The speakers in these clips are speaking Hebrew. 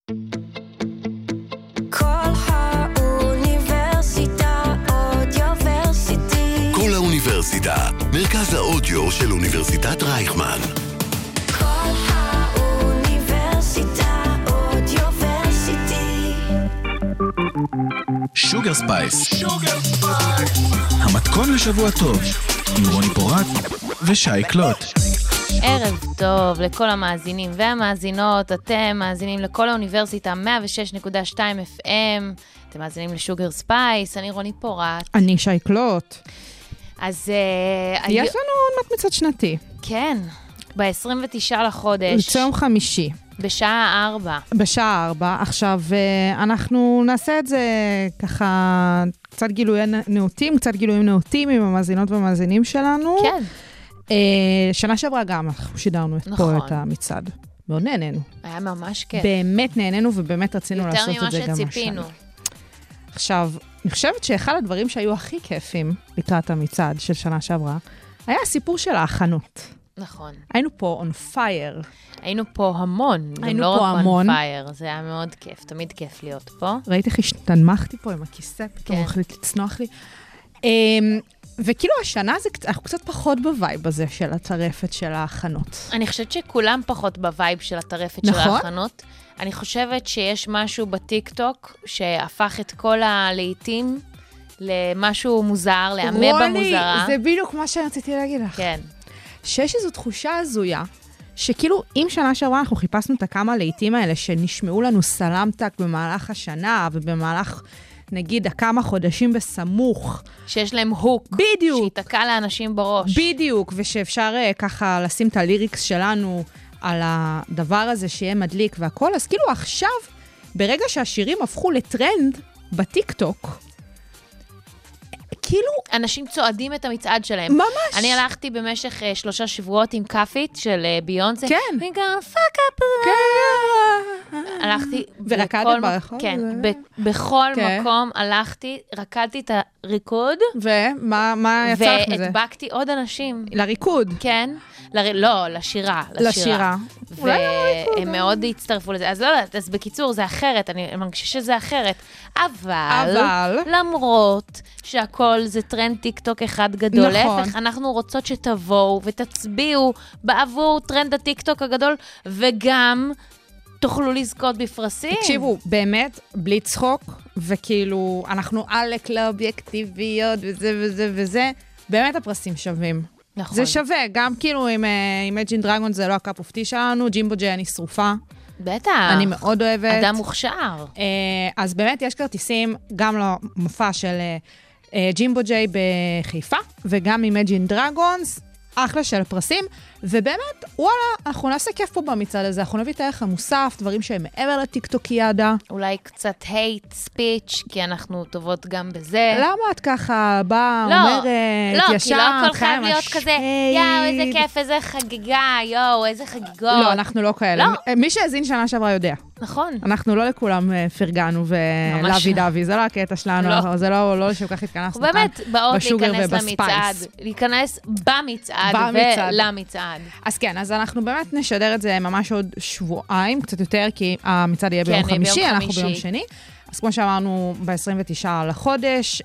כל האוניברסיטה, מרכז האודיו של אוניברסיטת רייכמן. כל האוניברסיטה אודיוורסיטי. שוגר ספייס. המתכון לשבוע טוב, עם רוני פורט ושי קלוט. ערב טוב לכל המאזינים והמאזינות, אתם מאזינים לכל האוניברסיטה 106.2 FM, אתם מאזינים לשוגר ספייס, אני רוני פורט. אני שי קלוט. אז יש לנו עוד מצד שנתי. כן, ב-29 לחודש. יום חמישי. בשעה 4. בשעה 4. עכשיו, אנחנו נעשה את זה ככה, קצת גילויים נאותים עם המאזינות והמאזינים שלנו. כן. שנה שעברה גם אנחנו שידרנו נכון. פה את המצעד. מאוד נהנינו. היה ממש כיף. באמת נהנינו ובאמת רצינו לעשות את זה גם יותר ממה שציפינו. עכשיו, אני חושבת שאחד הדברים שהיו הכי כיפים לקראת המצעד של שנה שעברה, היה הסיפור של ההכנות. נכון. היינו פה on fire. היינו פה המון. היינו לא פה רק המון. on fire, זה היה מאוד כיף, תמיד כיף להיות פה. ראיתי איך השתנמכתי פה עם הכיסא, פתאום כן. החליט לצנוח לי. וכאילו השנה אנחנו קצת פחות בווייב הזה של הטרפת של ההכנות. אני חושבת שכולם פחות בווייב של הטרפת נכון? של ההכנות. אני חושבת שיש משהו בטיק-טוק שהפך את כל הלעיתים למשהו מוזר, לאמבה מוזרה. זה בדיוק מה שרציתי להגיד לך. כן. שיש איזו תחושה הזויה, שכאילו אם שנה שעברה אנחנו חיפשנו את הכמה לעיתים האלה שנשמעו לנו סלמתק במהלך השנה ובמהלך נגיד כמה חודשים בסמוך. שיש להם הוק. בדיוק. שיתקע לאנשים בראש. בדיוק, ושאפשר ככה לשים את הליריקס שלנו על הדבר הזה שיהיה מדליק והכל. אז כאילו עכשיו, ברגע שהשירים הפכו לטרנד בטיק-טוק, כאילו... אנשים צועדים את המצעד שלהם. ממש. אני הלכתי במשך 3 שבועות עם קאפית של ביונסה. כן. We gonna fuck up. כן. הלכתי... ורקדת ברחוב? כן. בכל כן. מקום הלכתי, רקדתי את הריקוד. ומה יצא לך מזה? והדבקתי עוד אנשים. לריקוד. כן. לא, לשירה. לשירה. והם מאוד הצטרפו לזה. אז לא יודעת, אז בקיצור, זה אחרת. אני מרגישה שזה אחרת. אבל... למרות שהכל זה טרנד טיק-טוק אחד גדול. נכון. להפך, אנחנו רוצות שתבואו ותצביעו בעבור טרנד הטיק-טוק הגדול, וגם תוכלו לזכות בפרסים. תקשיבו, באמת, בלי צחוק, וכאילו, אנחנו עלק לאובייקטיביות, וזה, באמת הפרסים שווים. נכון. זה שווה, גם כאילו עם Imagine Dragons זה לא הקאפ אופטי שלנו, ג'ימבו ג'יי אני שרופה. בטח. אני מאוד אוהבת. אדם מוכשר. אז באמת יש כרטיסים גם למופע של ג'ימבו ג'יי בחיפה, וגם Imagine Dragons, אחלה של פרסים, ובאמת, וואלה, אנחנו נעשה כיף פה במצעד הזה, אנחנו נביא את הערך המוסף, דברים שהם מעבר לטיקטוקיאדה. אולי קצת hate speech, כי אנחנו טובות גם בזה. למה את ככה באה, אומרת, לא, ישר, כי לא הכל חייב חיים להיות כזה, יאו, איזה כיף, איזה חגיגה, יאו, איזה חגיגות. לא, אנחנו לא כאלה. לא. מי שהזין שנה שעברה יודע. נכון. אנחנו לא לכולם פרגנו ולוי דווי, זה לא הקטע שלנו, לא. זה לא לשם כך התכנסנו כאן באמת באות בשוגר להיכנס ובספייס. למצעד, להיכנס במצעד ולמצעד. אז כן, אז אנחנו באמת נשדר את זה ממש עוד שבועיים, קצת יותר, כי המצעד יהיה ביום כן, חמישי, ביום אנחנו חמישי. ביום שני. אז כמו שאמרנו, ב-29 לחודש.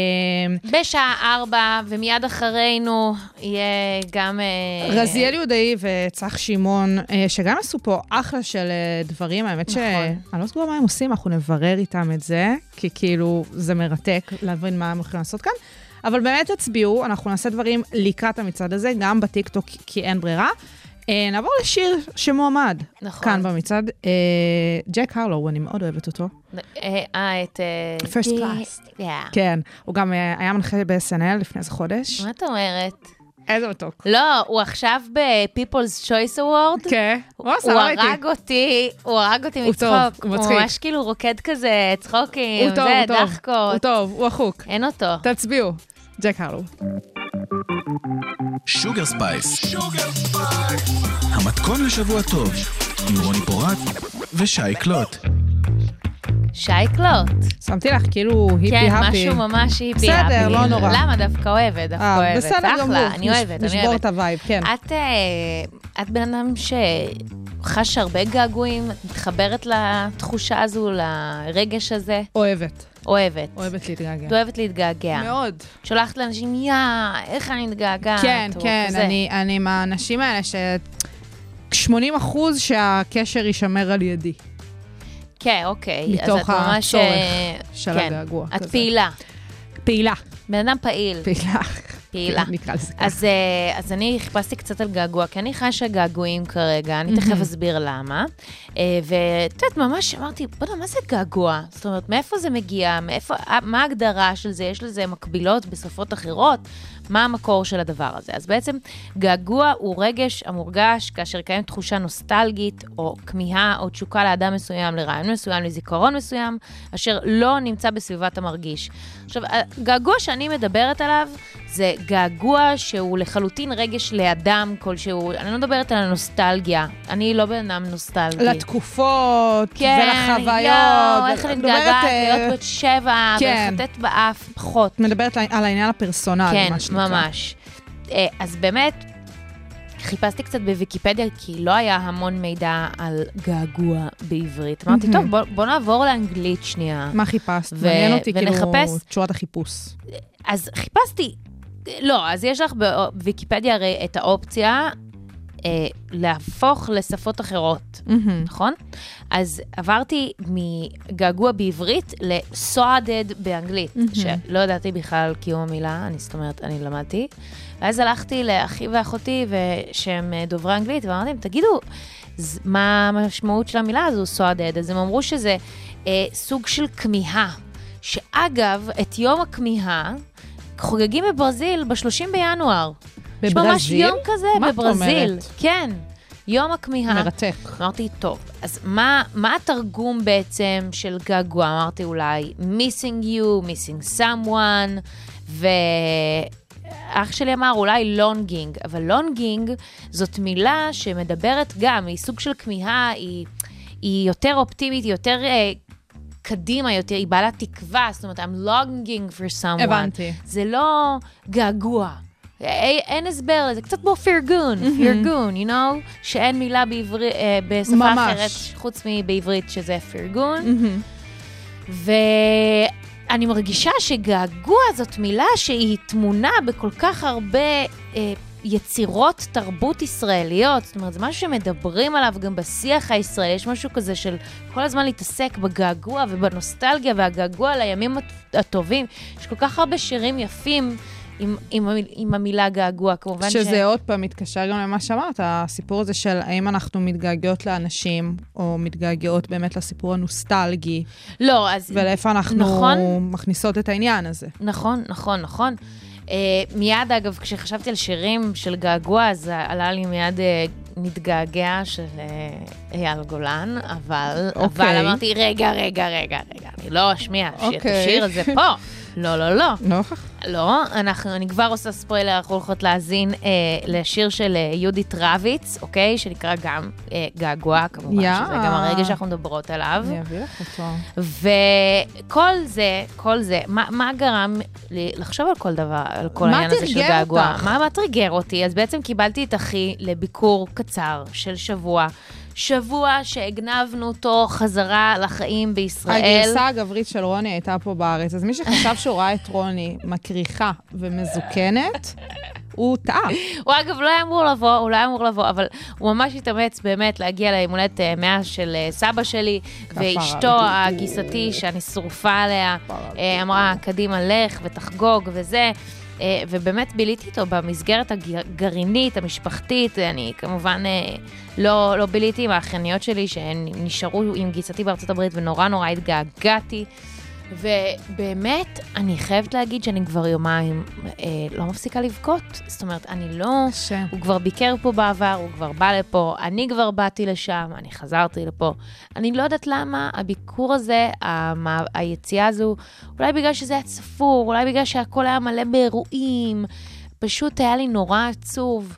בשעה 4, ומיד אחרינו יהיה גם... רזיאל יהודאי וצח שמעון, שגם עשו פה אחלה של דברים, האמת שאני לא סגורה מה הם עושים, אנחנו נברר איתם את זה, כי כאילו זה מרתק להבין מה הם יכולים לעשות כאן. אבל באמת תצביעו, אנחנו נעשה דברים לקראת המצעד הזה, גם בטיקטוק, כי אין ברירה. נעבור לשיר שמועמד. נכון. כאן במצעד. ג'ק הרלו, אני מאוד אוהבת אותו. את... First Class. כן, הוא גם היה מנחה ב-SNL לפני איזה חודש. מה את אומרת? איזה מתוק. לא, הוא עכשיו ב-People's Choice Award. כן. הוא הרג אותי מצחוק. הוא מצחיק. הוא ממש כאילו רוקד כזה, צחוקים, הוא טוב, זה, דחקות. הוא טוב, הוא החוק. אין אותו. תצביעו. ג'ק הרלו. שוגר ספייס. המתכון לשבוע טוב, עם רוני פורט ושי קלוט. שי קלוט. שמתי לך כאילו היפי כן, הפי. משהו ממש היפי בסדר, הפי. לא נורא. למה? דווקא אוהבת, דווקא אוהבת. בסדר גמור. אחלה, אני אוהבת, אני נשבור אוהבת. את הווייב, כן. את בן אדם חש הרבה געגועים, מתחברת לתחושה הזו, לרגש הזה. אוהבת. אוהבת. אוהבת להתגעגע. את אוהבת להתגעגע. מאוד. שולחת לאנשים, איך אני מתגעגעת. כן, או כן, כזה. אני מהאנשים האלה 80% שהקשר יישמר על ידי. כן, אוקיי. מתוך הצורך של כן, הגעגוע. את כזה. פעילה. פעילה. בן אדם פעיל. פעילה. נקרא לזה ככה. אז אני חיפשתי קצת על געגוע, כי אני חשה געגועים כרגע, אני תכף אסביר למה. ואת יודעת, ממש אמרתי, בוא'נה, מה זה געגוע? זאת אומרת, מאיפה זה מגיע? מה ההגדרה של זה? יש לזה מקבילות בשפות אחרות? מה המקור של הדבר הזה? אז בעצם געגוע הוא רגש המורגש כאשר קיים תחושה נוסטלגית, או כמיהה, או תשוקה לאדם מסוים, לרעיון מסוים, לזיכרון מסוים, אשר לא נמצא בסביבת המרגיש. עכשיו, הגעגוע שאני מדברת עליו, זה געגוע שהוא לחלוטין רגש לאדם כלשהו. אני לא מדברת על הנוסטלגיה. אני לא בן אדם נוסטלגי. לתקופות, ולחוויות. כן, איך אני מתגעגעת להיות בת 7, ולחטט באף, פחות. את מדברת על העניין הפרסונלי, כן, מה שנקרא. ממש. אז באמת, חיפשתי קצת בוויקיפדיה, כי לא היה המון מידע על געגוע בעברית. אמרתי, טוב, בוא נעבור לאנגלית שנייה. מה חיפשת? מעניין אותי כאילו ונחפש. תשורת החיפוש. אז חיפשתי, לא, אז יש לך בוויקיפדיה הרי את האופציה להפוך לשפות אחרות, נכון? אז עברתי מגעגוע בעברית לסועדד באנגלית, שלא ידעתי בכלל קיום המילה, זאת אומרת, אני למדתי. ואז הלכתי לאחי ואחותי, שהם דוברי אנגלית, ואמרתי, תגידו, מה המשמעות של המילה הזו, סועדד? אז הם אמרו שזה סוג של כמיהה, שאגב, את יום הכמיהה, חוגגים בברזיל ב-30 בינואר. בברזיל? יש ממש יום כזה בברזיל. אומרת? כן, יום הכמיהה. מרתק. אמרתי, טוב, אז מה התרגום בעצם של געגוע? אמרתי אולי, missing you, missing someone, ואח שלי אמר אולי longing, אבל longing זאת מילה שמדברת גם, היא סוג של כמיהה, היא יותר אופטימית, היא יותר קדימה יותר, היא בעלת תקווה, זאת אומרת, I'm longing for someone. הבנתי. זה לא געגוע. אין הסבר, זה קצת כמו פרגון, פרגון, you know? שאין מילה בשפה ממש. אחרת, חוץ מבעברית שזה פרגון. ואני מרגישה שגעגוע זאת מילה שהיא תמונה בכל כך הרבה יצירות תרבות ישראליות, זאת אומרת, זה משהו שמדברים עליו גם בשיח הישראלי, יש משהו כזה של כל הזמן להתעסק בגעגוע ובנוסטלגיה והגעגוע לימים הטובים. יש כל כך הרבה שירים יפים עם המילה געגוע, כמובן שזה עוד פעם מתקשר גם למה שאמרת, הסיפור הזה של האם אנחנו מתגעגעות לאנשים, או מתגעגעות באמת לסיפור הנוסטלגי. לא, אז ולאיפה אנחנו נכון, מכניסות את העניין הזה. נכון, נכון, נכון. מיד, אגב, כשחשבתי על שירים של געגוע, אז עלה לי מיד מתגעגע של אייל גולן, אבל אמרתי, רגע, אני לא אשמיע את השיר הזה פה. לא, אני כבר עושה ספוילר, אנחנו הולכות להאזין לשיר של יהודית רביץ, אוקיי? שנקרא גם געגוע, כמובן, שזה גם הרגע שאנחנו מדברות עליו. אני אביא לך אותו. וכל זה, מה גרם לי לחשוב על כל דבר, על כל העניין הזה של געגוע? מה תרגר אותך? מה טריגר אותי? אז בעצם קיבלתי את אחי לביקור קצר של שבוע שהגנבנו אותו חזרה לחיים בישראל. הגרסה הגברית של רוני הייתה פה בארץ, אז מי שחשב שהוא ראה את רוני מקריחה ומזוקנת, הוא טעה. הוא אגב לא היה אמור לבוא, אבל הוא ממש התאמץ באמת להגיע לימולת 100 של סבא שלי, ואשתו הגיסתי שאני שרופה עליה, אמרה, קדימה לך ותחגוג וזה, ובאמת ביליתי איתו במסגרת הגרעינית, המשפחתית. אני כמובן לא ביליתי עם האחייניות שלי, שהן נשארו עם גיסתי בארצות הברית, ונורא התגעגעתי. ובאמת, אני חייבת להגיד שאני כבר יומיים לא מפסיקה לבכות. זאת אומרת, אני לא... הוא כבר ביקר פה בעבר, הוא כבר בא לפה, אני כבר באתי לשם, אני חזרתי לפה. אני לא יודעת למה הביקור הזה, היציאה הזו, אולי בגלל שזה היה צפור, אולי בגלל שהכל היה מלא באירועים, פשוט היה לי נורא עצוב.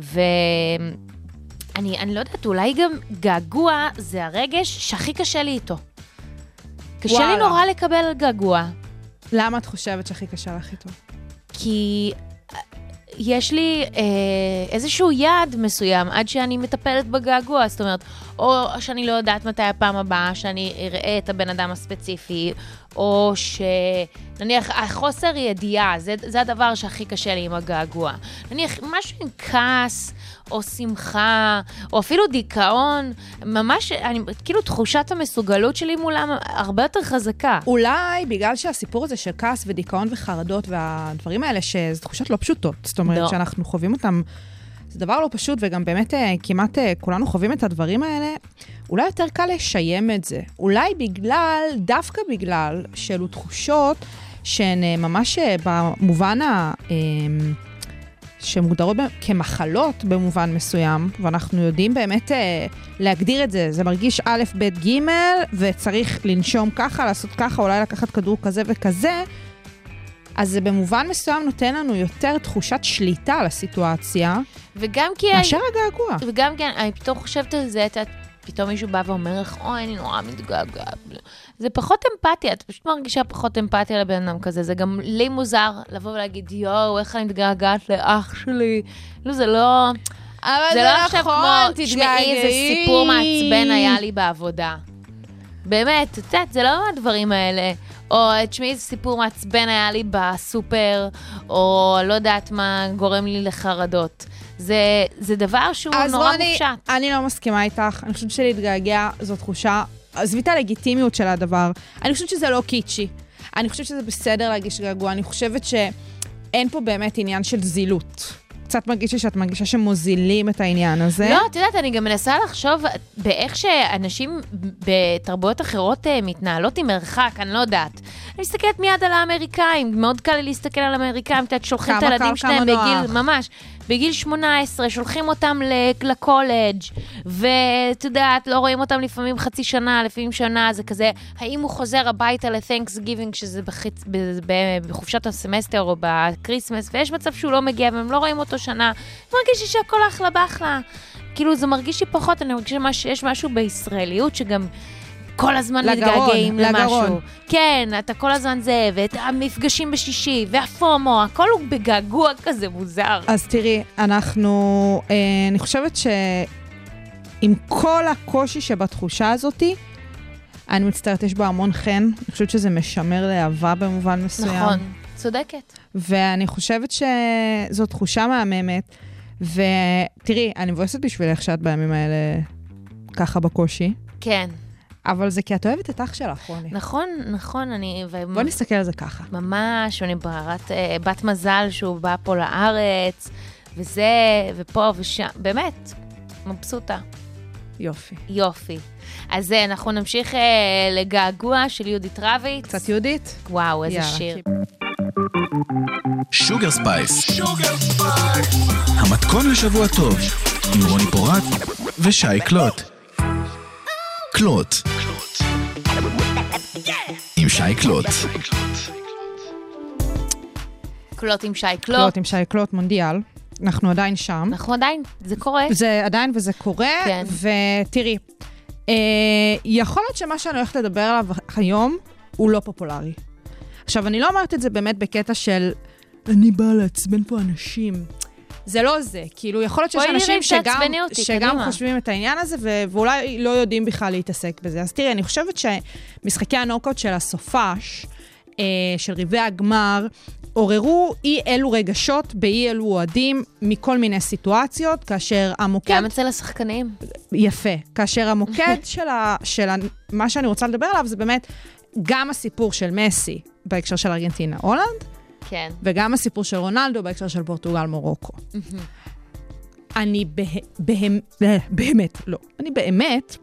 אני לא יודעת, אולי גם געגוע זה הרגש שהכי קשה לי איתו. קשה לי נורא לקבל געגוע. למה את חושבת שהכי קשה לך איתו? כי יש לי איזשהו יעד מסוים, עד שאני מטפלת בגעגוע, זאת אומרת, או שאני לא יודעת מתי הפעם הבאה, שאני אראה את הבן אדם הספציפי, או שנניח, החוסר ידיעה, זה הדבר שהכי קשה לי עם הגעגוע. נניח, משהו עם כעס, או שמחה, או אפילו דיכאון, ממש, כאילו תחושת המסוגלות שלי מולם הרבה יותר חזקה. אולי בגלל שהסיפור הזה של כעס ודיכאון וחרדות והדברים האלה, שזה תחושות לא פשוטות. זאת אומרת, שאנחנו חווים אותם, זה דבר לא פשוט, וגם באמת כמעט כולנו חווים את הדברים האלה, אולי יותר קל לשיים את זה. אולי דווקא בגלל שאלו תחושות שהן ממש במובן שמוגדרות כמחלות במובן מסוים, ואנחנו יודעים באמת להגדיר את זה. זה מרגיש א', ב', ג', וצריך לנשום ככה, לעשות ככה, אולי לקחת כדור כזה וכזה, אז זה במובן מסוים נותן לנו יותר תחושת שליטה על הסיטואציה, וגם כי... מאשר הגעגוע. וגם כי אני פתאום חושבת על זה, פתאום מישהו בא ואומר לך, אוי, אני נורא מתגעגע. זה פחות אמפתיה, את פשוט מרגישה פחות אמפתיה לבן אדם כזה. זה גם לי מוזר לבוא ולהגיד, יואו, איך אני מתגעגעת לאח שלי. לא, זה לא... אבל זה לא עכשיו כמו, תשמעי, איזה סיפור מעצבן היה לי בעבודה. באמת, את יודעת, זה לא הדברים האלה. או תשמעי, איזה סיפור מעצבן היה לי בסופר, או לא יודעת מה גורם לי לחרדות. זה דבר שהוא נורא מופשט. אני לא מסכימה איתך. אני חושבת שלהתגעגע זו תחושה, עזבי את הלגיטימיות של הדבר. אני חושבת שזה לא קיצ'י. אני חושבת שזה בסדר להגיש געגוע. אני חושבת שאין פה באמת עניין של זילות. קצת מרגישה שאת מרגישה שמוזילים את העניין הזה. לא, את יודעת, אני גם מנסה לחשוב באיך שאנשים בתרבויות אחרות מתנהלות עם מרחק, אני לא יודעת. אני מסתכלת מיד על האמריקאים, מאוד קל לי להסתכל על האמריקאים, את יודעת, שולחים את הילדים שלהם בגיל, ממש, בגיל 18, שולחים אותם לקולג' ואת יודעת, לא רואים אותם לפעמים חצי שנה, לפעמים שנה, זה כזה, האם הוא חוזר הביתה ל-Thanksgiving, שזה בחופשת הסמסטר או בקריסמס, ויש מצב שהוא לא מגיע, והם לא רואים אותו שנה, מרגיש לי שהכל אחלה באחלה. כאילו, זה מרגיש לי פחות, אני מרגיש שיש משהו בישראליות שגם כל הזמן מתגעגעים למשהו. כן, אתה כל הזמן זה, ואת המפגשים בשישי, והפומו, הכל הוא בגעגוע כזה מוזר. אז תראי, אני חושבת שעם כל הקושי שבתחושה הזאת, אני מצטערת, יש בו המון חן. אני חושבת שזה משמר לאהבה במובן מסוים. נכון, צודקת. ואני חושבת שזו תחושה מהממת, ותראי, אני מבואסת בשבילך שאת בימים האלה ככה בקושי. כן. אבל זה כי את אוהבת את אח שלך, רוני. נכון, אני... בוא נסתכל על זה ככה. ממש, אני בת מזל שהוא בא פה לארץ, וזה, ופה ושם, באמת, מבסוטה. יופי. אז אנחנו נמשיך לגעגוע של יהודית רביץ. קצת יהודית? וואו, איזה שיר. שוגר ספייס. המתכון לשבוע טוב, עם רוני פורט ושי קלוט. קלוט. עם שי קלוט. קלוט עם שי קלוט. קלוט עם שי קלוט, מונדיאל. אנחנו עדיין שם. זה קורה. זה עדיין וזה קורה. כן. ותראי, יכול להיות שמה שאני הולכת לדבר עליו היום, הוא לא פופולרי. עכשיו, אני לא אומרת את זה באמת בקטע של, אני באה לעצבן פה אנשים. זה לא זה. כאילו, יכול להיות שיש אנשים שגם חושבים את העניין הזה, ואולי לא יודעים בכלל להתעסק בזה. אז תראי, אני חושבת שמשחקי הנוקאוט של הסופש, של רבעי הגמר, עוררו אי אלו רגשות באי אלו אוהדים מכל מיני סיטואציות, כאשר המוקד... גם אצל השחקנים. יפה. כאשר המוקד של מה שאני רוצה לדבר עליו, זה באמת גם הסיפור של מסי, בהקשר של ארגנטינה, הולנד, כן. וגם הסיפור של רונלדו, בהקשר של פורטוגל, מורוקו. אני באמת,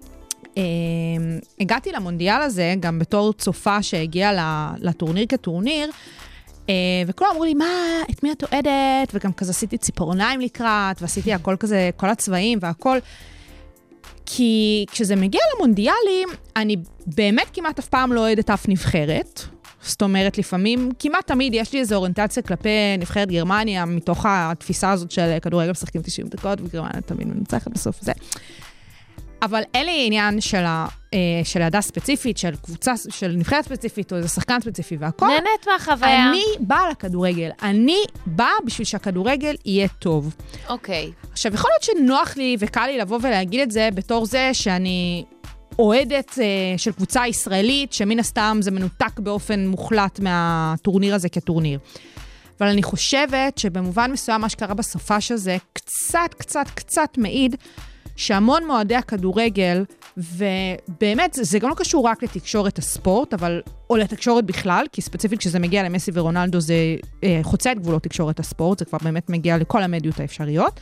הגעתי למונדיאל הזה, גם בתור צופה שהגיעה לטורניר כטורניר, וכולם אמרו לי, מה, את מי את אוהדת? וגם כזה עשיתי ציפורניים לקראת, ועשיתי הכל כזה, כל הצבעים והכל. כי כשזה מגיע למונדיאלים, אני באמת כמעט אף פעם לא אוהדת אף נבחרת. זאת אומרת, לפעמים, כמעט תמיד יש לי איזו אוריינטציה כלפי נבחרת גרמניה, מתוך התפיסה הזאת של כדורגל משחקים 90 דקות, וגרמניה תמיד מנצחת בסוף זה. אבל אין לי עניין של של עדה ספציפית, של קבוצה, של נבחרת ספציפית, או איזה שחקן ספציפי והכל. נהנית מהחוויה. אני באה לכדורגל. אני באה בשביל שהכדורגל יהיה טוב. אוקיי. עכשיו, יכול להיות שנוח לי וקל לי לבוא ולהגיד את זה בתור זה שאני אוהדת של קבוצה ישראלית, שמן הסתם זה מנותק באופן מוחלט מהטורניר הזה כטורניר. אבל אני חושבת שבמובן מסוים מה שקרה בסופש הזה, קצת מעיד שהמון מועדי הכדורגל, ובאמת זה גם לא קשור רק לתקשורת הספורט, או לתקשורת בכלל, כי ספציפית כשזה מגיע למסי ורונלדו זה חוצה את גבולות תקשורת הספורט, זה כבר באמת מגיע לכל המדיות האפשריות.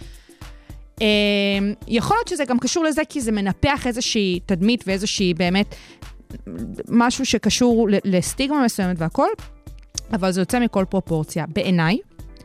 יכול להיות שזה גם קשור לזה, כי זה מנפח איזושהי תדמית ואיזושהי באמת משהו שקשור לסטיגמה מסוימת והכל, אבל זה יוצא מכל פרופורציה. בעיניי,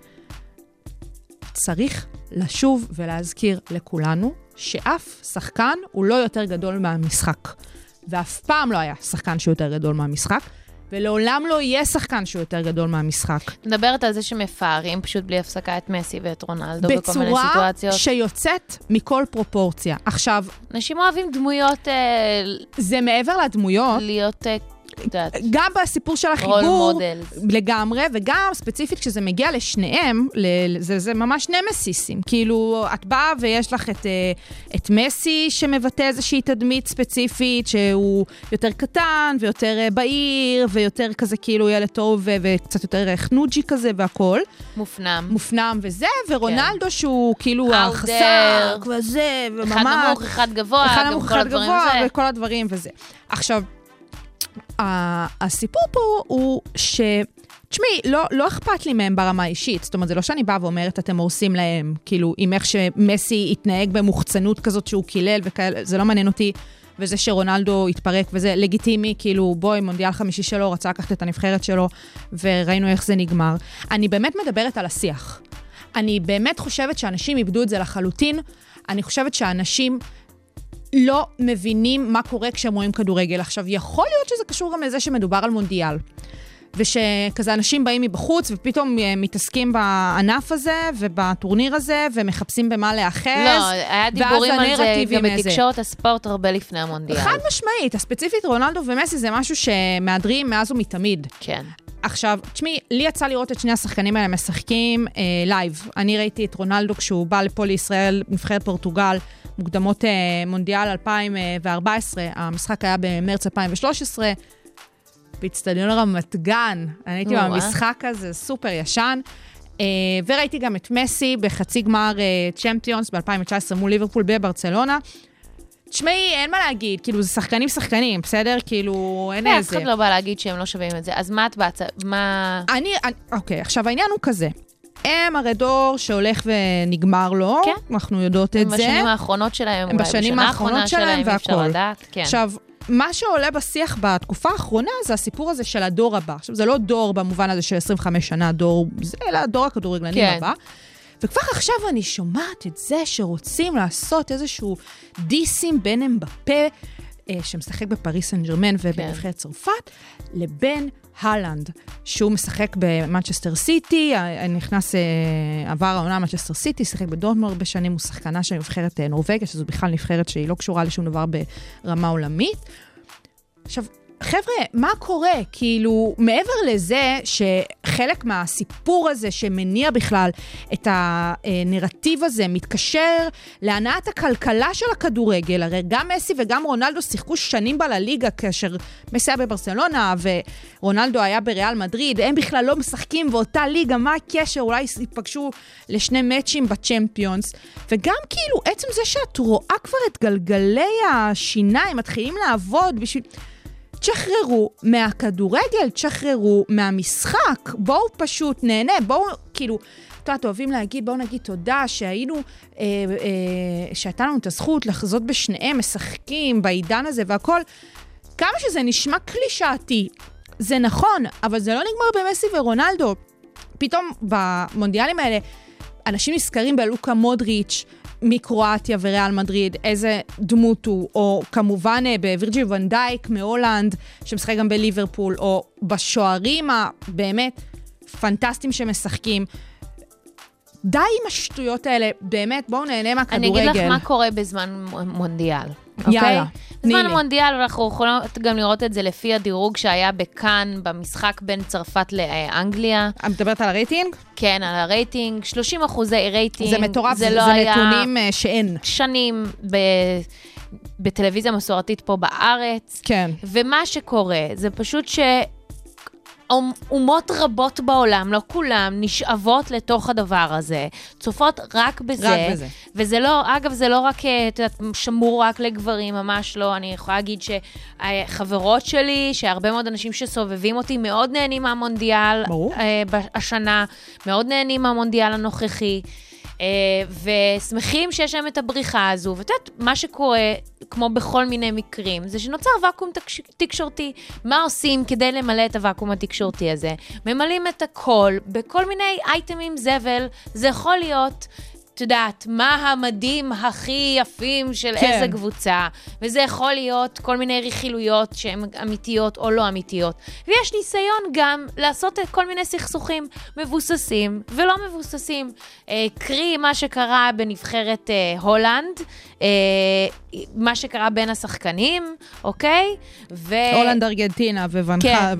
צריך לשוב ולהזכיר לכולנו, שאף שחקן הוא לא יותר גדול מהמשחק. ואף פעם לא היה שחקן שהוא יותר גדול מהמשחק, ולעולם לא יהיה שחקן שהוא יותר גדול מהמשחק. מדברת על זה שמפארים פשוט בלי הפסקה את מסי ואת רונלדו בכל מיני סיטואציות. בצורה שיוצאת מכל פרופורציה. עכשיו, אנשים אוהבים דמויות... זה מעבר לדמויות. להיות... גם בסיפור של החיבור, לגמרי, וגם ספציפית כשזה מגיע לשניהם, זה ממש שני מסיסים. כאילו, את באה ויש לך את מסי שמבטא איזושהי תדמית ספציפית, שהוא יותר קטן ויותר בהיר, ויותר כזה כאילו ילד טוב וקצת יותר חנוג'י כזה והכל. מופנם וזה, ורונלדו שהוא כאילו החסר, וזה, וממש... אחד נמוך, אחד גבוה, גם כל הדברים וזה. וכל הדברים וזה. עכשיו, הסיפור פה הוא תשמעי, לא אכפת לי מהם ברמה האישית, זאת אומרת, זה לא שאני באה ואומרת, אתם הורסים להם, כאילו, עם איך שמסי יתנהג במוחצנות כזאת שהוא קילל וכאלה, זה לא מעניין אותי, וזה שרונלדו יתפרק, וזה לגיטימי, כאילו, בואי, מונדיאל חמישי שלו, רצה לקחת את הנבחרת שלו, וראינו איך זה נגמר. אני באמת מדברת על השיח. אני באמת חושבת שאנשים איבדו את זה לחלוטין, אני חושבת שאנשים לא מבינים מה קורה כשהם רואים כדורגל. עכשיו, יכול להיות שזה קשור גם לזה שמדובר על מונדיאל. ושכזה אנשים באים מבחוץ ופתאום מתעסקים בענף הזה ובטורניר הזה ומחפשים במה לאחז. לא, היה דיבורים על זה גם בתקשורת הספורט הרבה לפני המונדיאל. חד משמעית, הספציפית רונלדו ומסי זה משהו שמאדרים מאז ומתמיד. כן. עכשיו, תשמעי, לי יצא לראות את שני השחקנים האלה משחקים לייב. אני ראיתי את רונלדו כשהוא בא לפה לישראל, נבחרת פורטוגל, מוקדמות מונדיאל 2014, המשחק היה במרץ 2013, באצטדיון רמת גן, אני הייתי במשחק הזה סופר ישן, וראיתי גם את מסי בחצי גמר צ'מפיונס ב-2019 מול ליברפול בברצלונה. תשמעי, אין מה להגיד, כאילו זה שחקנים, בסדר? כאילו אין איזה. אף אחד לא בא להגיד שהם לא שווים את זה, אז מה את בעצה? אוקיי, עכשיו העניין הוא כזה. הם הרי דור שהולך ונגמר לו, כן. אנחנו יודעות את זה. בשנים האחרונות שלהם, בשנים האחרונות שלהם והכל. כן. עכשיו, מה שעולה בשיח בתקופה האחרונה, זה הסיפור הזה של הדור הבא. עכשיו, זה לא דור במובן הזה של 25 שנה, זה אלא דור הכדורגלנים כן. הבא. וכבר עכשיו אני שומעת את זה שרוצים לעשות איזשהו דיסים ביניהם בפה, שמשחק בפריס סן ז'רמן ובנבחרת צרפת, לבין הלנד, שהוא משחק במנצ'סטר סיטי, נכנס, עבר העונה מנצ'סטר סיטי, שיחק בדורטמונד הרבה שנים, הוא שחקנה של נבחרת נורווגיה, שזו בכלל נבחרת שהיא לא קשורה לשום דבר ברמה עולמית. עכשיו, חבר'ה, מה קורה? כאילו, מעבר לזה שחלק מהסיפור הזה שמניע בכלל את הנרטיב הזה, מתקשר להנעת הכלכלה של הכדורגל, הרי גם מסי וגם רונלדו שיחקו שנים בליגה, כאשר מסי היה בברצלונה ורונלדו היה בריאל מדריד, הם בכלל לא משחקים באותה ליגה, מה הקשר? אולי ייפגשו לשני מאצ'ים בצ'מפיונס, וגם כאילו, עצם זה שאת רואה כבר את גלגלי השיניים, מתחילים לעבוד בשביל... תשחררו מהכדורגל, תשחררו מהמשחק, בואו פשוט נהנה, בואו כאילו, אתם אוהבים להגיד, בואו נגיד תודה שהיינו, שהייתה לנו את הזכות לחזות בשניהם, משחקים בעידן הזה והכל, כמה שזה נשמע קלישאתי, זה נכון, אבל זה לא נגמר במסי ורונלדו, פתאום במונדיאלים האלה, אנשים נזכרים בלוקה מודריץ', מקרואטיה וריאל מדריד, איזה דמות הוא, או כמובן בווירג'יל ון דייק מהולנד, שמשחק גם בליברפול, או בשוערים הבאמת פנטסטיים שמשחקים. די עם השטויות האלה, באמת, בואו נהנה מהכדורגל. אני אגיד לך מה קורה בזמן מונדיאל. יאללה, בזמן המונדיאל אנחנו יכולות גם לראות את זה לפי הדירוג שהיה בכאן, במשחק בין צרפת לאנגליה. את מדברת על הרייטינג? כן, על הרייטינג, 30% רייטינג. זה מטורף, זה נתונים שאין. שנים בטלוויזיה מסורתית פה בארץ. כן. ומה שקורה, זה פשוט אומות רבות בעולם, לא כולם, נשאבות לתוך הדבר הזה, צופות רק בזה. רק בזה. וזה לא, אגב, זה לא רק, שמור רק לגברים, ממש לא. אני יכולה להגיד שחברות שלי, שהרבה מאוד אנשים שסובבים אותי, מאוד נהנים מהמונדיאל השנה, מאוד נהנים מהמונדיאל הנוכחי. ושמחים שיש להם את הבריחה הזו, ואת יודעת, מה שקורה, כמו בכל מיני מקרים, זה שנוצר ואקום תקשורתי. מה עושים כדי למלא את הוואקום התקשורתי הזה? ממלאים את הכל, בכל מיני אייטמים זבל, זה יכול להיות, את יודעת, מה המדים הכי יפים של איזה קבוצה, וזה יכול להיות כל מיני רכילויות שהן אמיתיות או לא אמיתיות. ויש ניסיון גם לעשות כל מיני סכסוכים מבוססים ולא מבוססים. קרי מה שקרה בנבחרת הולנד, מה שקרה בין השחקנים, אוקיי? הולנד ארגנטינה וונחה,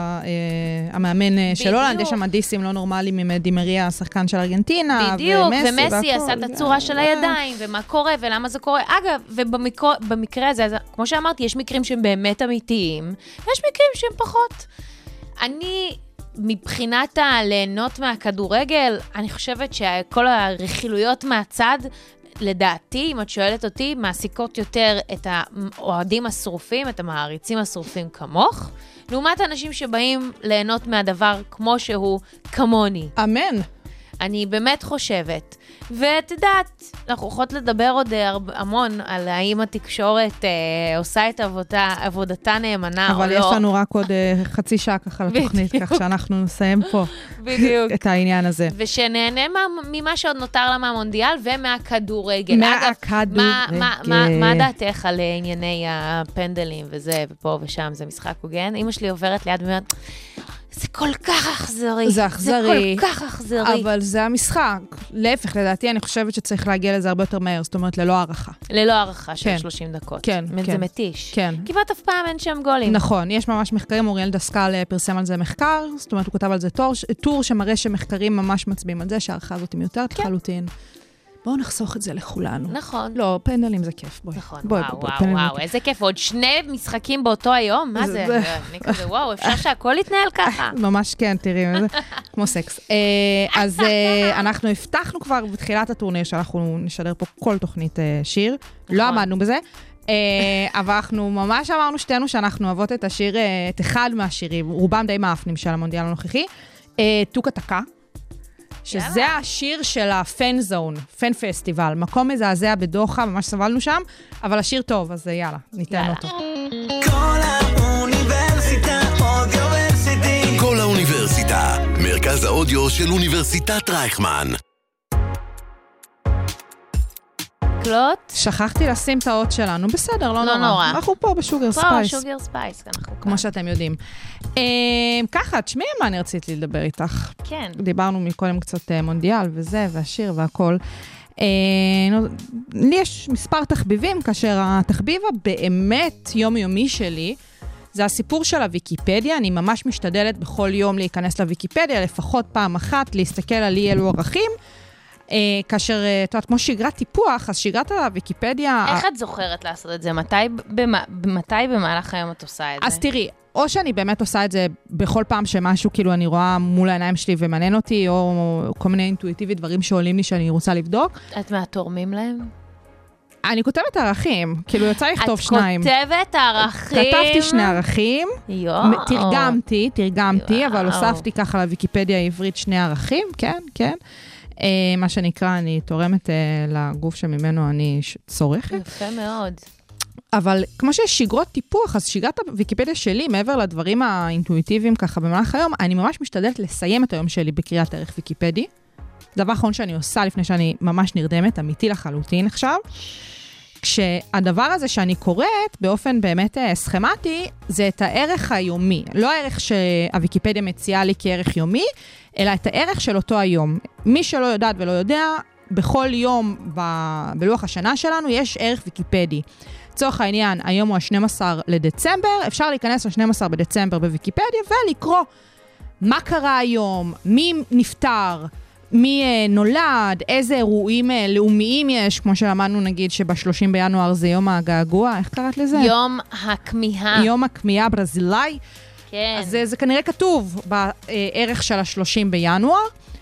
המאמן של הולנד, יש שם דיסים לא נורמליים עם דימריה, השחקן של ארגנטינה, בדיוק, ומסי עשה את הצורה של הידיים, ומה קורה ולמה זה קורה. אגב, ובמקרה הזה, כמו שאמרתי, יש מקרים שהם באמת אמיתיים, ויש מקרים שהם פחות. אני, מבחינת הליהנות מהכדורגל, אני חושבת שכל הרכילויות מהצד, לדעתי, אם את שואלת אותי, מעסיקות יותר את האוהדים השרופים, את המעריצים השרופים כמוך, לעומת אנשים שבאים ליהנות מהדבר כמו שהוא, כמוני. אמן. אני באמת חושבת. ואת יודעת, אנחנו יכולות לדבר עוד המון על האם התקשורת עושה את עבודתה נאמנה או לא. אבל יש לנו רק עוד חצי שעה ככה לתוכנית, כך שאנחנו נסיים פה את העניין הזה. ושנהנה ממה שעוד נותר לה מהמונדיאל ומהכדורגל. מהכדורגל. מה דעתך על ענייני הפנדלים וזה, ופה ושם, זה משחק הוגן? אמא שלי עוברת ליד ואומרת, זה כל כך אכזרי. זה אכזרי. זה כל כך אכזרי. אבל זה המשחק. להפך, לדעתי, אני חושבת שצריך להגיע לזה הרבה יותר מהר, זאת אומרת, ללא הערכה. ללא הערכה של 30 דקות. כן, כן. זה מתיש. כן. כמעט אף פעם אין שם גולים. נכון, יש ממש מחקרים, אוריאל דסקל פרסם על זה מחקר, זאת אומרת, הוא כתב על זה טור שמראה שמחקרים ממש מצביעים על זה, שהערכה הזאת מיותרת לחלוטין. בואו נחסוך את זה לכולנו. נכון. לא, פנדלים זה כיף. נכון, וואו, איזה כיף. עוד 2 משחקים באותו היום? מה זה? אני כזה, וואו, אפשר שהכל יתנהל ככה. ממש כן, תראי, כמו סקס. אז אנחנו הבטחנו כבר בתחילת הטורניר שאנחנו נשדר פה כל תוכנית שיר. לא עמדנו בזה. אבל אנחנו ממש אמרנו שתינו שאנחנו אוהבות את השיר, את אחד מהשירים, רובם די מאפנים של המונדיאל הנוכחי, טוקה טקה. שזה השיר של הפן זון, פן פסטיבל, מקום מזעזע בדוחה, ממש סבלנו שם, אבל השיר טוב, אז יאללה, ניתן אותו. כל האוניברסיטה, אודיוורסיטי. כל האוניברסיטה, מרכז האודיו של אוניברסיטת רייכמן. קלוט? שכחתי לשים את האות שלנו, בסדר, לא נורא. אנחנו פה בשוגר ספייס. פה, שוגר ספייס, אנחנו כמו שאתם יודעים. ככה, תשמעי מה אני רציתי לדבר איתך. כן. דיברנו מקודם קצת מונדיאל וזה, והשיר והכל. לי יש מספר תחביבים, כאשר התחביב הבאמת יומיומי שלי, זה הסיפור של הוויקיפדיה. אני ממש משתדלת בכל יום להיכנס לוויקיפדיה, לפחות פעם אחת, להסתכל על אי אלו ערכים, כאשר, את יודעת, כמו שגרת טיפוח, אז שגרת הוויקיפדיה... איך את זוכרת לעשות את זה? מתי במהלך היום את עושה את זה? אז תראי, או שאני באמת עושה את זה בכל פעם שמשהו, כאילו אני רואה מול העיניים שלי ומעניין אותי, או כל מיני אינטואיטיבי דברים שעולים לי שאני רוצה לבדוק. את מהתורמים להם? אני כותבת ערכים, כאילו יוצא לכתוב 2. את כותבת ערכים? כתבתי 2 ערכים, תרגמתי, אבל הוספתי ככה לוויקיפדיה העברית 2 ערכים, כן. מה שנקרא, אני תורמת לגוף שממנו אני צורכת. יפה מאוד. אבל כמו שיש שגרות טיפוח, אז שגרת הוויקיפדיה שלי, מעבר לדברים האינטואיטיביים ככה במהלך היום, אני ממש משתדלת לסיים את היום שלי בקריאת ערך ויקיפדי. דבר אחרון שאני עושה לפני שאני ממש נרדמת, אמיתי לחלוטין עכשיו. כשהדבר הזה שאני קוראת באופן באמת סכמטי, זה את הערך היומי. לא הערך שהוויקיפדיה מציעה לי כערך יומי, אלא את הערך של אותו היום. מי שלא יודעת ולא יודע, בכל יום בלוח השנה שלנו יש ערך ויקיפדי. לצורך העניין, היום הוא ה-12 לדצמבר, אפשר להיכנס ל-12 בדצמבר בוויקיפדיה ולקרוא מה קרה היום, מי נפטר, מי נולד, איזה אירועים לאומיים יש, כמו שלמדנו נגיד שב-30 בינואר זה יום הגעגוע, איך קראת לזה? יום הכמיהה. יום הכמיהה ברזילאי. כן. אז זה כנראה כתוב בערך של ה-30 בינואר.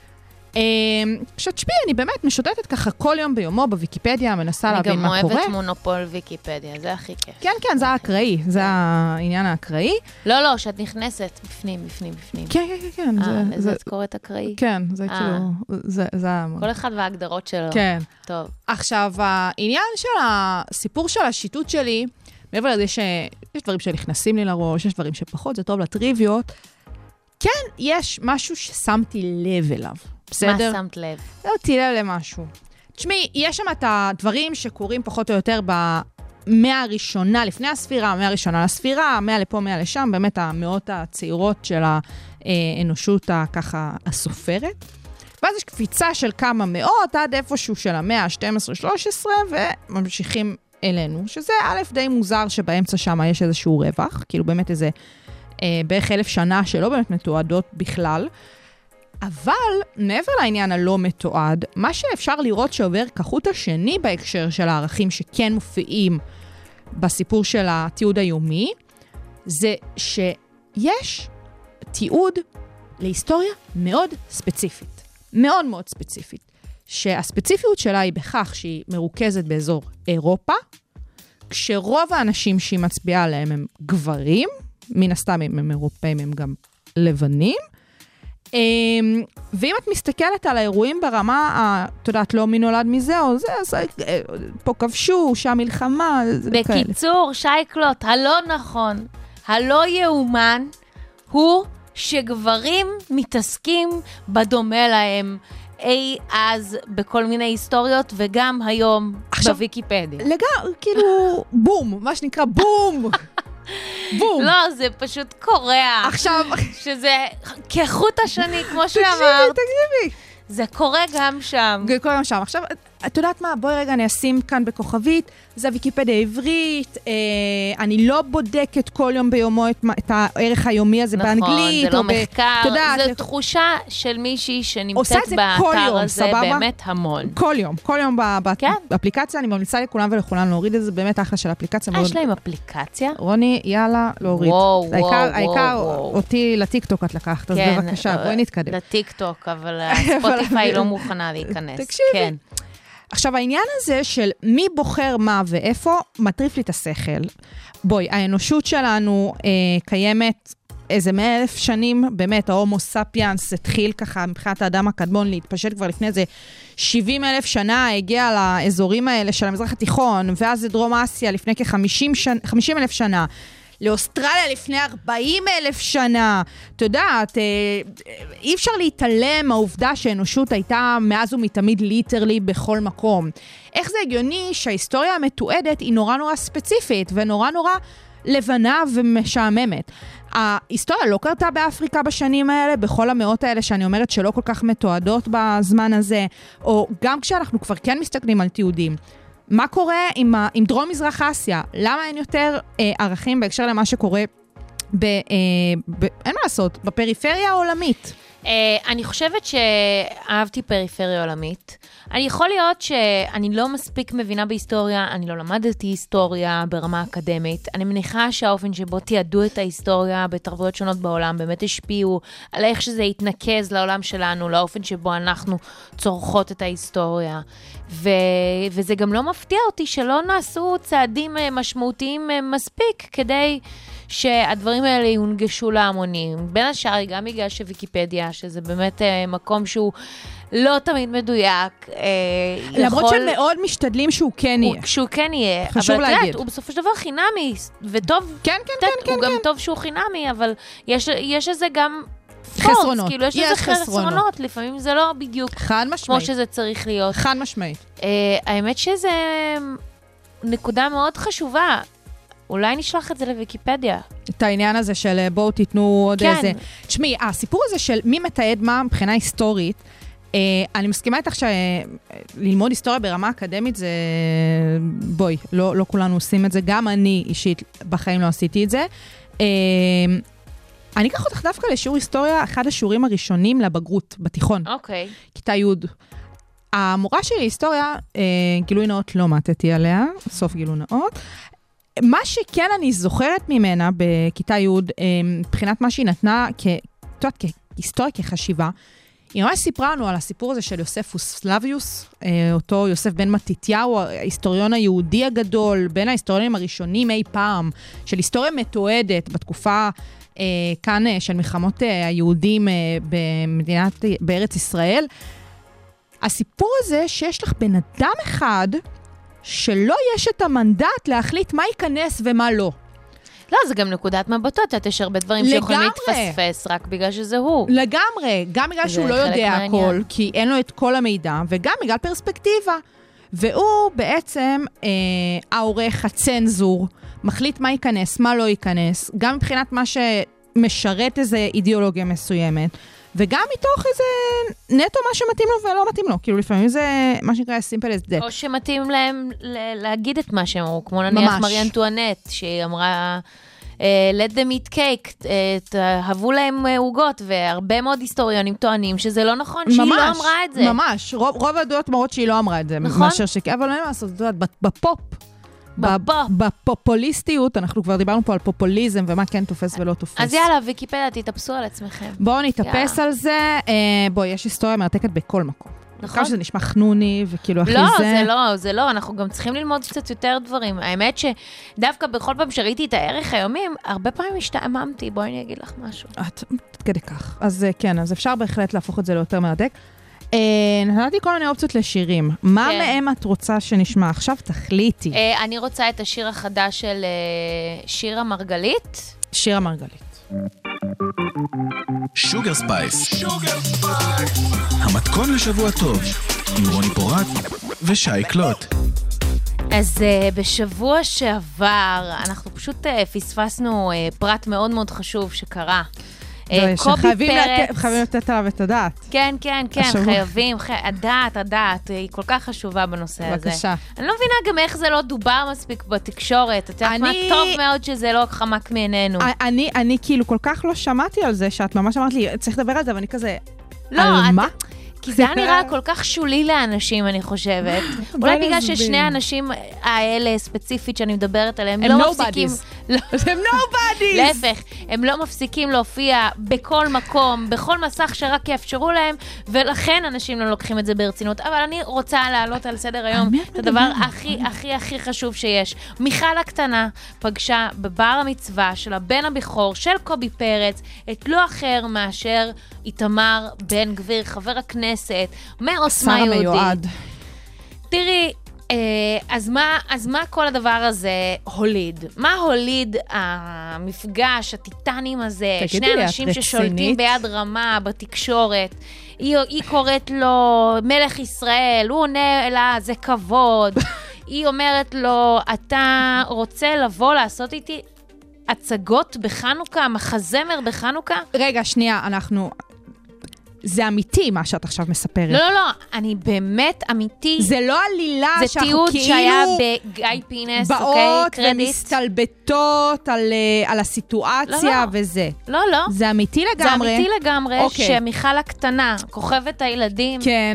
שתשמעי, אני באמת משוטטת ככה כל יום ביומו בוויקיפדיה, מנסה להבין מה קורה. אני גם אוהבת מונופול ויקיפדיה, זה הכי כיף. כן, כן, זה האקראי, זה העניין האקראי. לא, שאת נכנסת בפנים. כן, כן, כן. לזה את קוראת אקראי? כן, זה כאילו, זה... כל אחד וההגדרות שלו. כן. טוב. עכשיו, העניין של הסיפור של השיטוט שלי, מעבר לזה שיש דברים שנכנסים לי לראש, יש דברים שפחות, זה טוב לטריוויות, כן, יש משהו ששמתי לב אליו. בסדר? מה שמת לב? לא, תהיה למשהו. תשמעי, יש שם את הדברים שקורים פחות או יותר במאה הראשונה, לפני הספירה, המאה הראשונה לספירה, 100 לפה, 100 לשם, באמת המאות הצעירות של האנושות ככה הסופרת. ואז יש קפיצה של כמה מאות עד איפשהו של המאה ה-12-13, וממשיכים אלינו, שזה א' די מוזר שבאמצע שם יש איזשהו רווח, כאילו באמת איזה בערך 1000 שנה שלא באמת מתועדות בכלל, אבל מעבר לעניין הלא מתועד, מה שאפשר לראות שעובר כחוט השני בהקשר של הערכים שכן מופיעים בסיפור של התיעוד היומי, זה שיש תיעוד להיסטוריה מאוד ספציפית. מאוד מאוד ספציפית. שהספציפיות שלה היא בכך שהיא מרוכזת באזור אירופה, כשרוב האנשים שהיא מצביעה עליהם הם גברים, מן הסתם הם אירופאים, הם גם לבנים, ואם את מסתכלת על האירועים ברמה, את יודעת, לא מי נולד מזה או זה, אז פה כבשו, שם מלחמה, בקיצור, שייקלוט, הלא נכון, הלא יאומן, הוא שגברים מתעסקים בדומה להם אי אז בכל מיני היסטוריות, וגם היום בוויקיפדיה. לגמרי, כאילו, בום, מה שנקרא בום. בום. לא, זה פשוט קורע. עכשיו... שזה כחוט השני, כמו שאמרת. תקשיבי. זה קורה גם שם. זה קורה גם שם. עכשיו, את יודעת מה? בואי רגע אני אשים כאן בכוכבית. זה הוויקיפדיה העברית. אני לא בודקת כל יום ביומו את הערך היומי הזה באנגלית. נכון, זה לא מחקר. זו תחושה של מישהי שנמצאת באתר הזה באמת המון. כל יום באפליקציה. אני ממליצה לכולם ולכולם להוריד את זה. באמת אחלה של אפליקציה. יש להם אפליקציה? רוני, יאללה, להוריד. העיקר אותי לטיקטוק את לקחת, אז בבקשה, בואי נתקדם. לטיקטוק, אבל ספוטיפיי לא מוכנה להיכנס. תקשיבי. עכשיו, העניין הזה של מי בוחר מה ואיפה, מטריף לי את השכל. בואי, האנושות שלנו קיימת איזה 100,000 שנים, באמת, ההומו ספיאנס התחיל ככה מבחינת האדם הקדמון להתפשט כבר לפני איזה 70,000 שנה, הגיע לאזורים האלה של המזרח התיכון, ואז לדרום אסיה לפני כ-50,000 שנה, לאוסטרליה לפני 40,000 שנה. אתה יודעת, אי אפשר להתעלם מהעובדה שהאנושות הייתה מאז ומתמיד ליטרלי בכל מקום. איך זה הגיוני שההיסטוריה המתועדת היא נורא נורא ספציפית ונורא נורא לבנה ומשעממת. ההיסטוריה לא קרתה באפריקה בשנים האלה, בכל המאות האלה שאני אומרת שלא כל כך מתועדות בזמן הזה, או גם כשאנחנו כבר כן מסתכלים על תיעודים. מה קורה עם דרום מזרח אסיה? למה אין יותר ערכים בהקשר למה שקורה אין מה לעשות, בפריפריה העולמית? אני חושבת שאהבתי פריפריה עולמית. אני יכול להיות שאני לא מספיק מבינה בהיסטוריה, אני לא למדתי היסטוריה ברמה אקדמית. אני מניחה שהאופן שבו תיעדו את ההיסטוריה בתרבויות שונות בעולם באמת השפיעו על איך שזה יתנקז לעולם שלנו, לאופן שבו אנחנו צורכות את ההיסטוריה. וזה גם לא מפתיע אותי שלא נעשו צעדים משמעותיים מספיק כדי שהדברים האלה יונגשו להמונים. בין השאר, גם בגלל שוויקיפדיה, שזה באמת מקום שהוא לא תמיד מדויק. למרות שמאוד משתדלים שהוא כן יהיה. שהוא כן יהיה. חשוב להגיד. אבל הוא בסופו של דבר חינמי, וטוב. כן. הוא גם טוב שהוא חינמי, אבל יש איזה גם חסרונות. כאילו יש איזה חסרונות. לפעמים זה לא בדיוק כמו שזה צריך להיות. חד משמעית. האמת שזה נקודה מאוד חשובה. אולי נשלח את זה לוויקיפדיה. את העניין הזה של בואו תיתנו עוד כן. איזה... תשמעי, הסיפור הזה של מי מתעד מה מבחינה היסטורית, אני מסכימה איתך שללמוד היסטוריה ברמה אקדמית זה... בואי, לא כולנו עושים את זה. גם אני אישית בחיים לא עשיתי את זה. אני אקח אותך דווקא לשיעור היסטוריה, אחד השיעורים הראשונים לבגרות בתיכון. אוקיי. כיתה י'. המורה שלי להיסטוריה, גילוי נאות לא מתתי עליה, סוף גילוי נאות. מה שכן אני זוכרת ממנה בכיתה י', מבחינת מה שהיא נתנה כהיסטוריה, כחשיבה, היא ממש סיפרה לנו על הסיפור הזה של יוספוס פלביוס, אותו יוסף בן מתתיהו, ההיסטוריון היהודי הגדול, בין ההיסטוריונים הראשונים אי פעם, של היסטוריה מתועדת בתקופה כאן של מלחמות היהודים בארץ ישראל. הסיפור הזה שיש לך בן אדם אחד שלא יש את המנדט להחליט מה ייכנס ומה לא. לא, זה גם נקודת מבטות, יש הרבה דברים שיכולים להתפספס רק בגלל שזה הוא. לגמרי, גם בגלל שהוא לא יודע הכל, כי אין לו את כל המידע, וגם בגלל פרספקטיבה. והוא בעצם העורך, הצנזור, מחליט מה ייכנס, מה לא ייכנס, גם מבחינת מה שמשרת איזו אידיאולוגיה מסוימת, וגם מתוך איזה נטו מה שמתאים לו ולא מתאים לו. כאילו לפעמים זה מה שנקרא simple as that. או שמתאים להם להגיד את מה שהם אמרו, כמו נניח מרי אנטואנט, שהיא אמרה, let them eat cake, תאהבו להם עוגות, והרבה מאוד היסטוריונים טוענים שזה לא נכון, שהיא לא אמרה את זה. ממש, רוב הדעות מראות שהיא לא אמרה את זה. נכון. אבל אין מה לעשות, בפופ, בפופוליסטיות, אנחנו כבר דיברנו פה על פופוליזם, ומה כן תופס ולא תופס. אז יאללה, ויקיפדיה, תתאפסו על עצמכם. בואו נתאפס על זה. בואו, יש היסטוריה מרתקת בכל מקום. נכון. שזה נשמע חנוני, וכאילו אחי זה... לא, זה לא. אנחנו גם צריכים ללמוד קצת יותר דברים. האמת שדווקא בכל פעם שראיתי את הערך היומים, הרבה פעמים השתעממתי. בואי אני אגיד לך משהו. את כדי כך. אז כן, אז אפשר בהחלט להפוך את זה ליותר מרתק. נתתי כל מיני אופציות לשירים. מה מהם את רוצה שנשמע? עכשיו תחליטי. אני רוצה את השיר החדש של שירה מרגלית. שירה מרגלית. שוגר ספייס. המתכון לשבוע טוב. עם רוני פורט ושי קלוט. אז בשבוע שעבר אנחנו פשוט פספסנו פרט מאוד מאוד חשוב שקרה. חייבים לתת עליו את הדעת. כן, חייבים. הדעת, היא כל כך חשובה בנושא הזה. בבקשה. אני לא מבינה גם איך זה לא דובר מספיק בתקשורת. את יודעת מה טוב מאוד שזה לא חמק מעינינו. אני כאילו כל כך לא שמעתי על זה, שאת ממש אמרת לי, צריך לדבר על זה, ואני כזה, על מה? כי זה היה נראה כל כך שולי לאנשים, אני חושבת. אולי בגלל ששני האנשים האלה ספציפית שאני מדברת עליהם, הם nobodies. הם nobodies. להפך, הם לא מפסיקים להופיע בכל מקום, בכל מסך שרק יאפשרו להם, ולכן אנשים לא לוקחים את זה ברצינות. אבל אני רוצה להעלות על סדר היום את הדבר הכי חשוב שיש. מיכל הקטנה פגשה בבר המצווה של הבן הבכור של קובי פרץ, את לא אחר מאשר איתמר בן גביר, חבר הכנסת, מעוצמה יהודית. שר המיועד. תראי, אז מה כל הדבר הזה הוליד? מה הוליד המפגש, הטיטנים הזה? שני אנשים ששולטים ביד רמה בתקשורת. היא קוראת לו מלך ישראל, הוא עונה לה, זה כבוד. היא אומרת לו, אתה רוצה לבוא לעשות איתי הצגות בחנוכה, מחזמר בחנוכה? רגע, שנייה, זה אמיתי מה שאת עכשיו מספרת. לא, אני באמת אמיתי. זה לא עלילה שאנחנו כאילו... זה תיעוד שהיה בגיא פינס, אוקיי? באות קרדיט. ומסתלבטות על הסיטואציה וזה. לא. זה אמיתי לגמרי. זה אמיתי לגמרי שמיכל הקטנה, כוכבת הילדים, כן.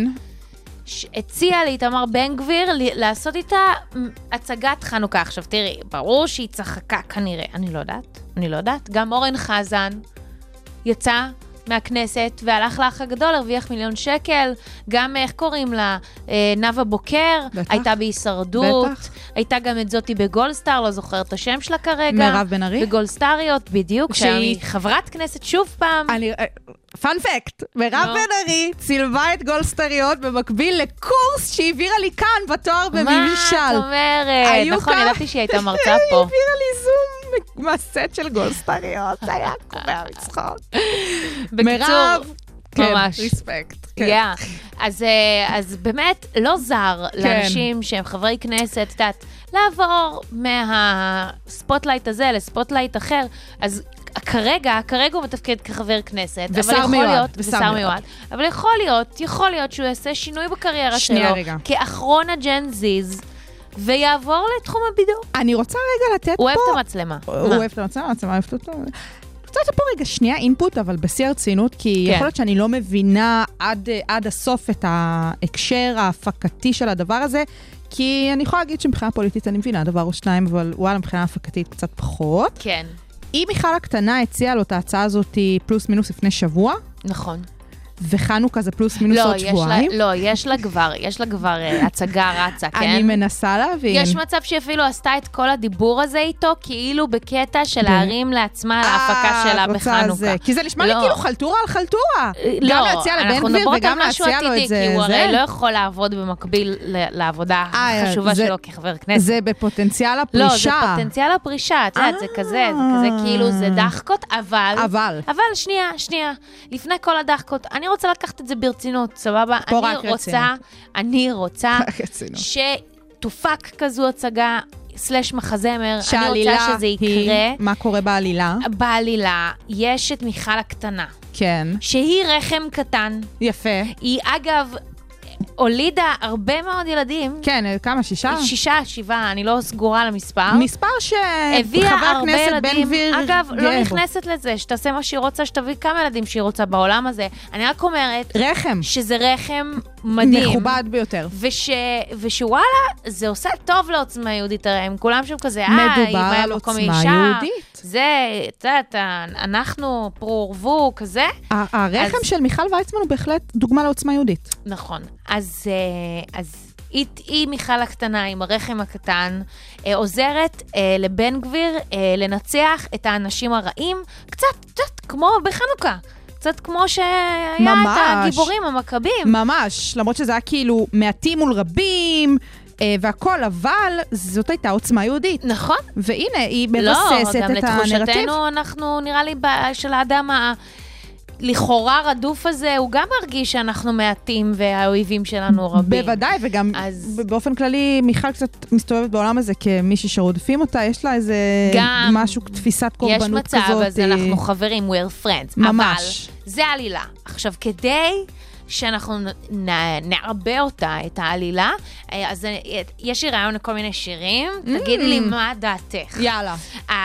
הציעה לאיתמר בן גביר לעשות איתה הצגת חנוכה. עכשיו תראי, ברור שהיא צחקה כנראה, אני לא יודעת. גם אורן חזן יצא מהכנסת, והלך לאח הגדול, הרוויח $1,000,000, גם איך קוראים לה, נאוה בוקר, הייתה בהישרדות, הייתה גם את זאתי בגולדסטאר, לא זוכרת את השם שלה כרגע. מירב בן ארי? בגולדסטריות, בדיוק, שהיא חברת כנסת שוב פעם. פאנ פקט, מירב בן ארי צילבה את גולדסטריות במקביל לקורס שהעבירה לי כאן בתואר בממשל. מה את אומרת? נכון, ידעתי שהיא הייתה מרצה פה. היא העבירה לי זום מהסט של גולדסטריות, זה היה קורא מצחוק. מירב, ממש. ריספקט. אז באמת לא זר לאנשים שהם חברי כנסת, את יודעת, לעבור מהספוטלייט הזה לספוטלייט אחר, אז כרגע הוא מתפקד כחבר כנסת, ושר מיועד. אבל יכול להיות שהוא יעשה שינוי בקריירה שלו, כאחרון הג'נזיז, ויעבור לתחום הבידור. אני רוצה רגע לתת פה... הוא אוהב את המצלמה. הוא אוהב את המצלמה, אוהבת אותו. רוצה לתת פה רגע שנייה אינפוט, אבל בשיא הרצינות, כי יכול להיות שאני לא מבינה עד הסוף את ההקשר ההפקתי של הדבר הזה, כי אני יכולה להגיד שמבחינה פוליטית אני מבינה דבר או שניים, אבל וואלה, מבחינה הפקתית קצת פחות. כן. אם מיכל הקטנה הציעה לו את ההצעה הזאת פלוס מינוס לפני שבוע. נכון. וחנוכה זה פלוס מינוס עוד שבועיים. יש לה כבר הצגה רצה, כן? אני מנסה להבין. יש מצב שאפילו עשתה את כל הדיבור הזה איתו, כאילו בקטע של להרים לעצמה להפקה שלה בחנוכה. כי זה נשמע לי כאילו חלטורה על חלטורה. גם להציע לבן גביר וגם להציע לו את זה. כי הוא הרי לא יכול לעבוד במקביל לעבודה החשובה שלו כחבר כנסת. זה בפוטנציאל הפרישה. לא, זה פוטנציאל הפרישה, את יודעת, זה כזה כאילו זה דחקות, אבל שנייה, לפני כל הדחקות, אני רוצה לקחת את זה ברצינות, סבבה? אני רוצה שתופק כזו הצגה, סלש מחזמר, אני רוצה שזה יקרה. מה קורה בעלילה? בעלילה יש את מיכל הקטנה. כן. שהיא רחם קטן. יפה. היא אגב... הולידה הרבה מאוד ילדים. כן, כמה? 6? 7, אני לא סגורה על המספר. מספר הביאה הרבה ילדים. אגב, לא נכנסת לזה, שתעשה מה שהיא רוצה, שתביא כמה ילדים שהיא רוצה בעולם הזה. אני רק אומרת... רחם. שזה רחם מדהים. מכובד ביותר. שוואלה, זה עושה טוב לעוצמה יהודית, הרי הם כולם שם כזה, מדובר על עוצמה יהודית. זה, את יודעת, אנחנו פרו-ערבו, כזה. הרחם של מיכל ויצמן הוא בהחלט דוגמה לעוצמה יהודית. נכון. אז היא מיכל הקטנה עם הרחם הקטן, עוזרת לבן גביר לנצח את האנשים הרעים, קצת כמו בחנוכה. קצת כמו שהיה את הגיבורים, המכבים. ממש, למרות שזה היה כאילו מעטים מול רבים, והכל, אבל זאת הייתה עוצמה יהודית. נכון. והנה, היא מבססת את הנרטיב. גם לתחושתנו, אנחנו נראה לי של האדם לכאורה רדוף הזה, הוא גם מרגיש שאנחנו מעטים והאויבים שלנו רבים. בוודאי, וגם באופן כללי, מיכל קצת מסתובבת בעולם הזה כמישהי שרודפים אותה, יש לה איזה משהו, תפיסת קורבנות כזאת. יש מצב, אז אנחנו חברים, we're friends. ממש. אבל זה עלילה. עכשיו, כדי שאנחנו נעבה אותה, את העלילה, אז יש לי רעיון לכל מיני שירים, תגידי לי מה דעתך. יאללה.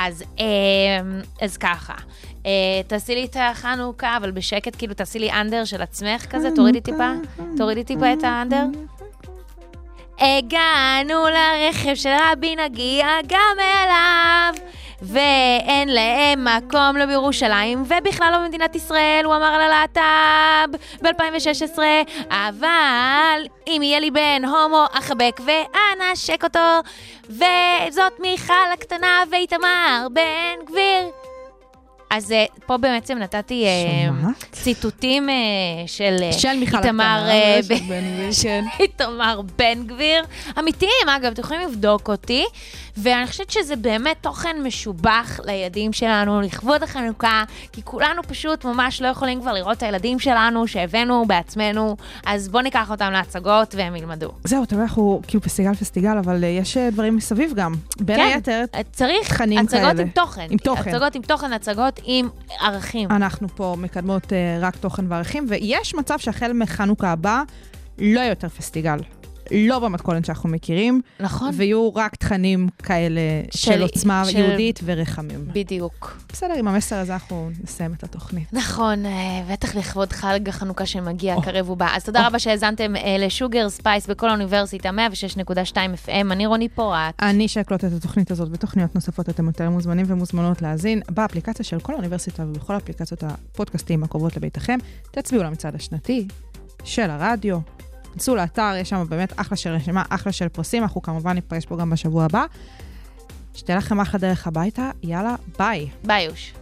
אז ככה. תעשי לי את החנוכה, אבל בשקט, כאילו תעשי לי אנדר של עצמך כזה, תורידי טיפה את האנדר. הגענו לרכב של רבי, נגיע גם אליו, ואין להם מקום לא בירושלים, ובכלל לא במדינת ישראל, הוא אמר על הלהט"ב ב-2016, אבל אם יהיה לי בן הומו, אחבק ואנשק אותו, וזאת מיכל הקטנה ואיתמר בן גביר. אז פה בעצם נתתי ציטוטים של איתמר בן גביר. אמיתיים, אגב, אתם יכולים לבדוק אותי, ואני חושבת שזה באמת תוכן משובח לילדים שלנו, לכבוד החנוכה, כי כולנו פשוט ממש לא יכולים כבר לראות את הילדים שלנו שהבאנו בעצמנו, אז בואו ניקח אותם להצגות והם ילמדו. זהו, אתה יודע, אנחנו כאילו פסטיגל, אבל יש דברים מסביב גם. בין היתר, צריך הצגות עם תוכן. הצגות עם תוכן, הצגות עם ערכים. אנחנו פה מקדמות רק תוכן וערכים, ויש מצב שהחל מחנוכה הבא לא יותר פסטיגל. לא במתכונת שאנחנו מכירים. נכון. ויהיו רק תכנים כאלה של עוצמה יהודית ורחמים. בדיוק. בסדר, עם המסר הזה אנחנו נסיים את התוכנית. נכון, בטח לכבוד חג החנוכה שמגיע קרב ובא. אז תודה רבה שהאזנתם לשוגר ספייס בכל האוניברסיטה, 106.2 FM. אני רוני פורט. אני שאקלוט את התוכנית הזאת בתוכניות נוספות. אתם יותר מוזמנים ומוזמנות להאזין באפליקציה של כל האוניברסיטה ובכל אפליקציות הפודקאסטים הקרובות לביתכם. תצביעו למצעד השנתי של הרדיו. תנסו לאתר, יש שם באמת אחלה של רשימה, אחלה של פרסים, אנחנו כמובן ניפגש פה גם בשבוע הבא. שתהיה לכם אחלה דרך הביתה, יאללה, ביי. ביי יוש.